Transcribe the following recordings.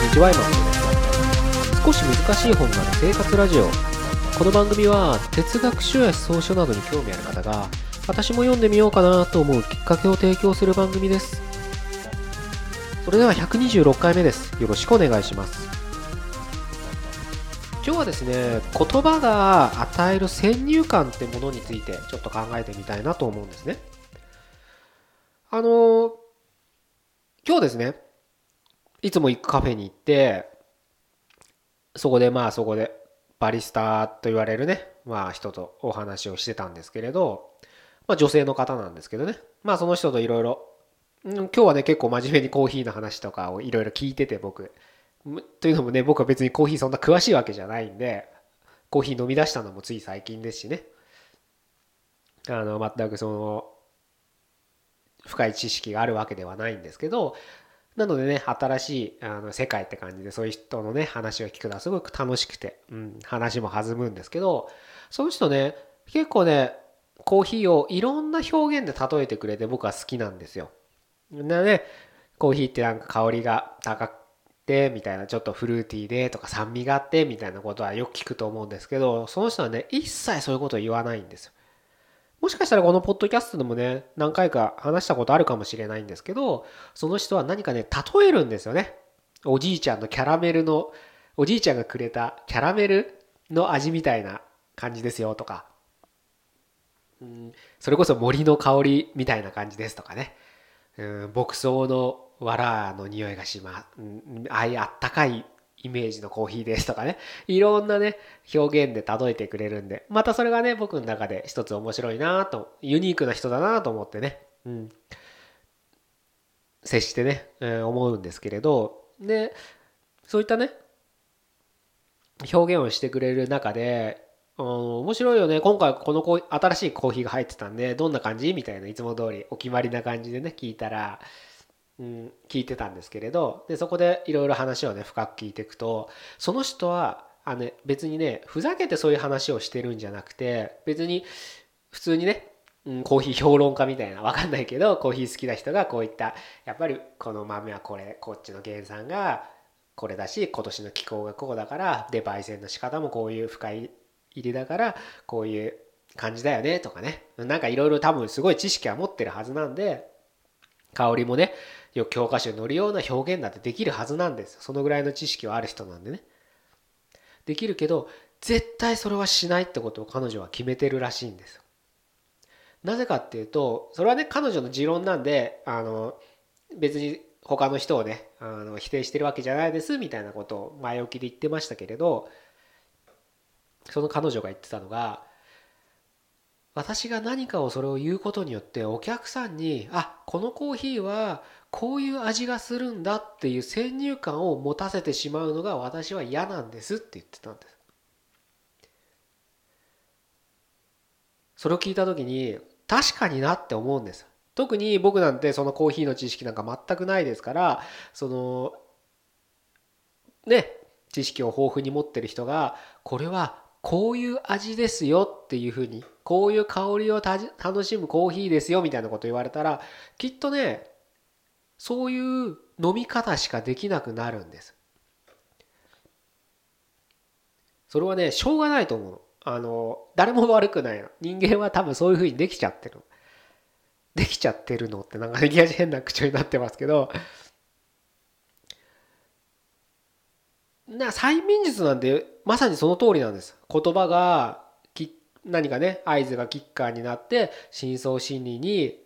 ちは、今の少し難しい本がある生活ラジオ。この番組は哲学書や草書などに興味ある方が、私も読んでみようかなと思うきっかけを提供する番組です。それでは126回目です。よろしくお願いします。今日はですね、言葉が与える先入観ってものについてちょっと考えてみたいなと思うんですね。今日ですね、いつも行くカフェに行って、そこでバリスタと言われるね、人とお話をしてたんですけれど、女性の方なんですけどね、その人といろいろ、今日はね、結構真面目にコーヒーの話とかをいろいろ聞いてて、というのもね、僕は別にコーヒーそんな詳しいわけじゃないんで、コーヒー飲み出したのもつい最近ですしね、全くその深い知識があるわけではないんですけど、なのでね、新しい世界って感じで、そういう人のね、話を聞くのはすごく楽しくて、話も弾むんですけど、その人ね、結構ね、コーヒーをいろんな表現で例えてくれて僕は好きなんですよ。でね、コーヒーってなんか香りが高くて、みたいな、ちょっとフルーティーでとか酸味があって、みたいなことはよく聞くと思うんですけど、その人はね、一切そういうことを言わないんですよ。もしかしたらこのポッドキャストでもね、何回か話したことあるかもしれないんですけど、その人は何かね、例えるんですよね。おじいちゃんのキャラメルの、おじいちゃんがくれたキャラメルの味みたいな感じですよとか、それこそ森の香りみたいな感じですとかね、牧草の藁の匂いがします。ああいうあったかいイメージのコーヒーですとかね。いろんなね、表現で例えてくれるんで、またそれがね、僕の中で一つ面白いなと、ユニークな人だなと思ってね、接してね、思うんですけれど、で、そういったね、表現をしてくれる中で、面白いよね。今回この新しいコーヒーが入ってたんで、どんな感じみたいな、いつも通りお決まりな感じでね、聞いたら、聞いてたんですけれど、でそこでいろいろ話をね深く聞いていくと、その人は別にねふざけてそういう話をしてるんじゃなくて、別に普通にね、コーヒー評論家みたいな、わかんないけどコーヒー好きな人がこういった、やっぱりこの豆はこっちの原産がこれだし、今年の気候がこうだから、で焙煎の仕方もこういう深い入りだからこういう感じだよねとかね、なんかいろいろ多分すごい知識は持ってるはずなんで、香りもね、よく教科書に載るような表現だってできるはずなんですよ。そのぐらいの知識はある人なんでね。できるけど、絶対それはしないってことを彼女は決めてるらしいんですよ。なぜかっていうと、それはね、彼女の持論なんで、別に他の人をね、否定してるわけじゃないですみたいなことを前置きで言ってましたけれど、その彼女が言ってたのが、私が何かをそれを言うことによってお客さんに、このコーヒーはこういう味がするんだっていう先入観を持たせてしまうのが私は嫌なんですって言ってたんです。それを聞いた時に確かになって思うんです。特に僕なんてそのコーヒーの知識なんか全くないですから、そのね、知識を豊富に持ってる人が、これはこういう味ですよっていうふうに、こういう香りを楽しむコーヒーですよみたいなこと言われたら、きっとね、そういう飲み方しかできなくなるんです。それはね、しょうがないと思うの。誰も悪くないの。人間は多分そういうふうにできちゃってる。できちゃってるのってなんかね、変な口調になってますけど、催眠術なんてまさにその通りなんです。言葉が何かね、合図がキッカーになって深層心理に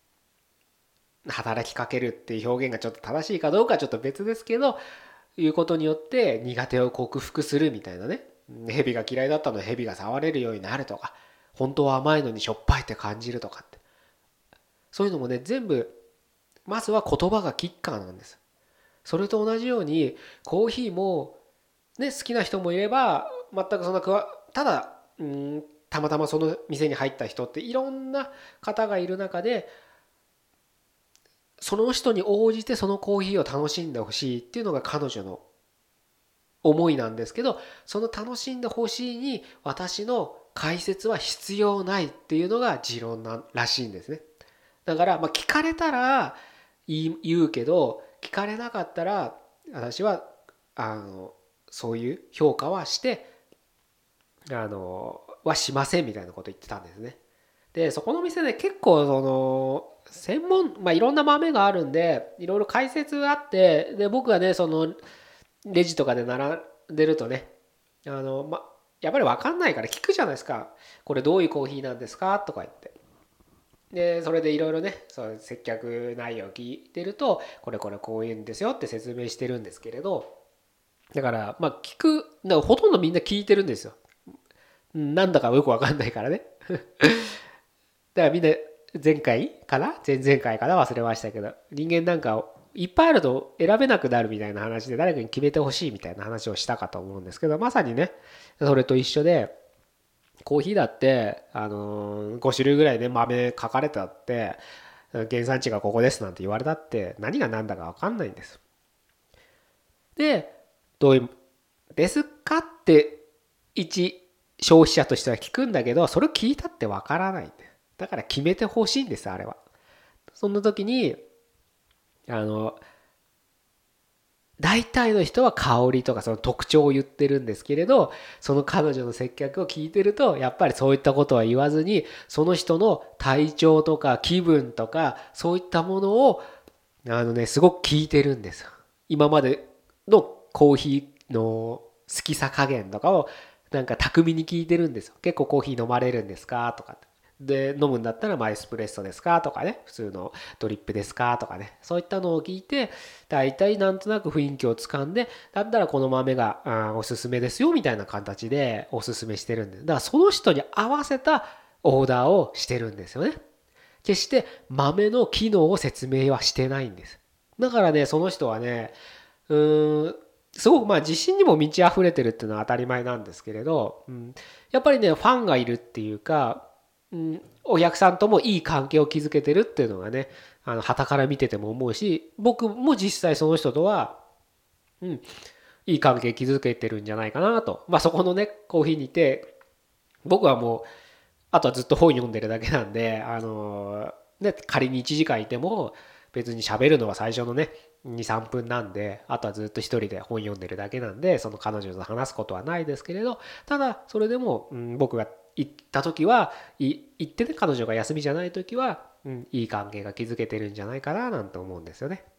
働きかけるっていう表現がちょっと正しいかどうかはちょっと別ですけど、いうことによって苦手を克服するみたいなね。蛇が嫌いだったので蛇が触れるようになるとか、本当は甘いのにしょっぱいって感じるとかって、そういうのもね、全部まずは言葉がキッカーなんです。それと同じようにコーヒーもね、好きな人もいれば、全くそんなただたまたまその店に入った人っていろんな方がいる中で、その人に応じてそのコーヒーを楽しんでほしいっていうのが彼女の思いなんですけど、その楽しんでほしいに私の解説は必要ないっていうのが持論らしいんですね。だから、聞かれたら言うけど、聞かれなかったら私はそういう評価はしてはしませんみたいなこと言ってたんですね。でそこの店ね結構専門いろんな豆があるんでいろいろ解説があって、で僕がねレジとかで並んでるとねやっぱり分かんないから聞くじゃないですか。これどういうコーヒーなんですかとか言って。でそれでいろいろねそう接客内容を聞いてるとこういうんですよって説明してるんですけれど、だからだからほとんどみんな聞いてるんですよ。なんだかよく分かんないからね。だからみんな前々回かな忘れましたけど、人間なんかいっぱいあると選べなくなるみたいな話で誰かに決めてほしいみたいな話をしたかと思うんですけど、まさにねそれと一緒で、コーヒーだって5種類ぐらいね豆書かれてあって原産地がここですなんて言われたって何が何だか分かんないんです。でどういうですかって一消費者としては聞くんだけど、それを聞いたって分からないんで、だから決めてほしいんですあれは。そんな時にあの大体の人は香りとかその特徴を言ってるんですけれど、その彼女の接客を聞いてるとやっぱりそういったことは言わずに、その人の体調とか気分とかそういったものをすごく聞いてるんですよ。今までのコーヒーの好きさ加減とかをなんか巧みに聞いてるんですよ。結構コーヒー飲まれるんですかとかで、飲むんだったらエスプレッソですかとかね、普通のドリップですかとかね、そういったのを聞いて大体なんとなく雰囲気をつかんで、だったらこの豆がおすすめですよみたいな形でおすすめしてるんです。だからその人に合わせたオーダーをしてるんですよね。決して豆の機能を説明はしてないんです。だからねその人はねうーんすごく自信にも満ち溢れてるっていうのは当たり前なんですけれど、やっぱりねファンがいるっていうか、お客さんともいい関係を築けてるっていうのがね傍から見てても思うし、僕も実際その人とは、いい関係築けてるんじゃないかなと。そこのねコーヒーにいて僕はもうあとはずっと本読んでるだけなんで、仮に1時間いても別に喋るのは最初のね2、3分なんで、あとはずっと一人で本読んでるだけなんで、その彼女と話すことはないですけれど、ただそれでも、僕が行った時は行ってね彼女が休みじゃない時は、いい関係が築けてるんじゃないかななんて思うんですよね。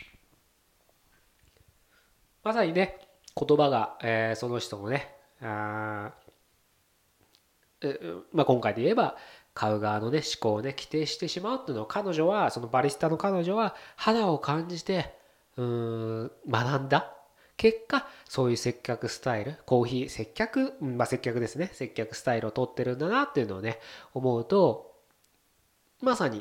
まさにね言葉が、その人のね今回で言えば買う側のね思考をね規定してしまうっていうのを、彼女はそのバリスタの彼女は肌を感じて学んだ結果、そういう接客スタイル、コーヒー接客、接客ですね、接客スタイルをとってるんだなっていうのをね思うと、まさに、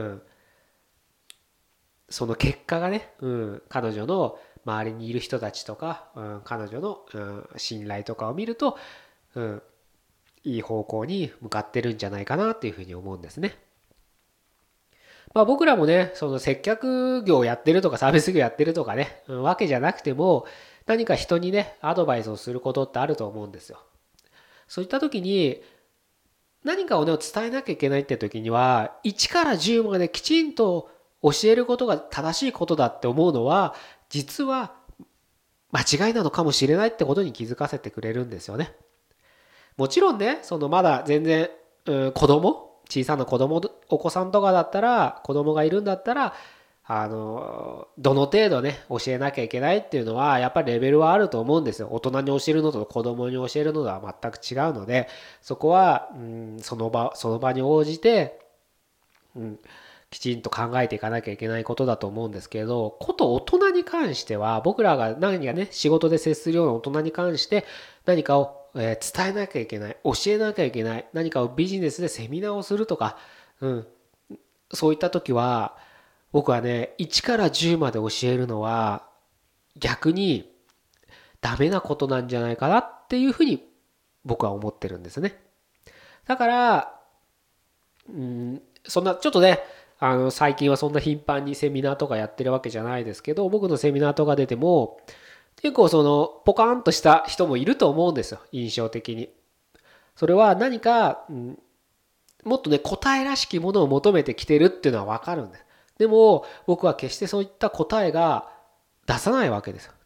その結果がね、彼女の周りにいる人たちとか、彼女の、信頼とかを見ると、いい方向に向かってるんじゃないかなっていうふうに思うんですね。僕らもねその接客業をやってるとかサービス業やってるとかね、わけじゃなくても何か人にねアドバイスをすることってあると思うんですよ。そういった時に何かをね伝えなきゃいけないって時には1から10まできちんと教えることが正しいことだって思うのは、実は間違いなのかもしれないってことに気づかせてくれるんですよね。もちろんねそのまだ全然、小さなお子さんとかだったら、子供がいるんだったらどの程度ね教えなきゃいけないっていうのはやっぱりレベルはあると思うんですよ。大人に教えるのと子供に教えるのとは全く違うので、そこは、その場に応じて、きちんと考えていかなきゃいけないことだと思うんですけれど、こと大人に関しては、僕らが何かね仕事で接するような大人に関して何かを伝えなきゃいけない、教えなきゃいけない、何かをビジネスでセミナーをするとか、そういった時は僕はね1から10まで教えるのは逆にダメなことなんじゃないかなっていうふうに僕は思ってるんですね。だからそんなちょっとね最近はそんな頻繁にセミナーとかやってるわけじゃないですけど、僕のセミナーとか出ても結構そのポカーンとした人もいると思うんですよ、印象的に。それは何か、もっとね答えらしきものを求めてきてるっていうのは分かるんです。でも僕は決してそういった答えが出さないわけですよ。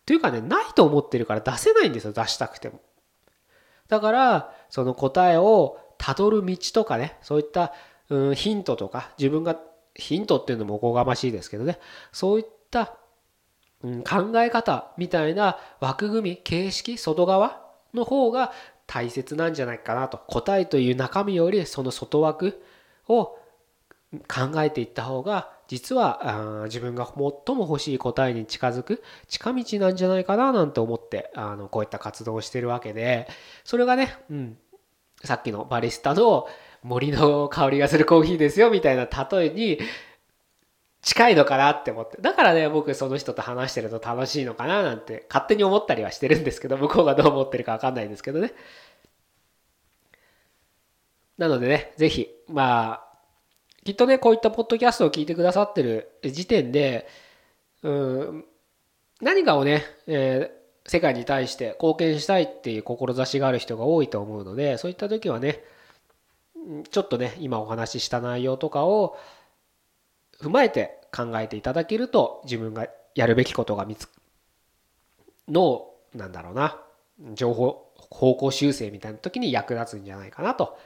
というかね、ないと思ってるから出せないんですよ、出したくても。だからその答えをたどる道とかね、そういった、ヒントとか、自分がヒントっていうのもおこがましいですけどね、そういった、考え方みたいな枠組み、形式、外側の方が大切なんじゃないかなと。答えという中身よりその外枠を考えていった方が実は自分が最も欲しい答えに近づく近道なんじゃないかななんて思ってこういった活動をしてるわけで、それがね、さっきのバリスタの森の香りがするコーヒーですよみたいな例えに近いのかなって思って、だからね、僕その人と話してると楽しいのかななんて勝手に思ったりはしてるんですけど、向こうがどう思ってるか分かんないですけどね。なのでね、ぜひきっとね、こういったポッドキャストを聞いてくださってる時点で、何かをね、世界に対して貢献したいっていう志がある人が多いと思うので、そういった時はね、ちょっとね、今お話しした内容とかを踏まえて考えていただけると、自分がやるべきことがなんだろうな、方向修正みたいな時に役立つんじゃないかなと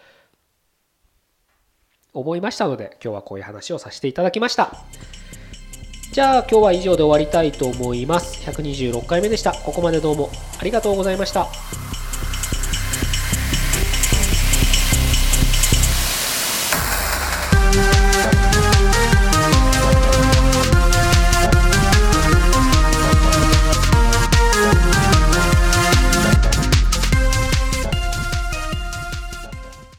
思いましたので、今日はこういう話をさせていただきました。じゃあ今日は以上で終わりたいと思います。126回目でした。ここまでどうもありがとうございました。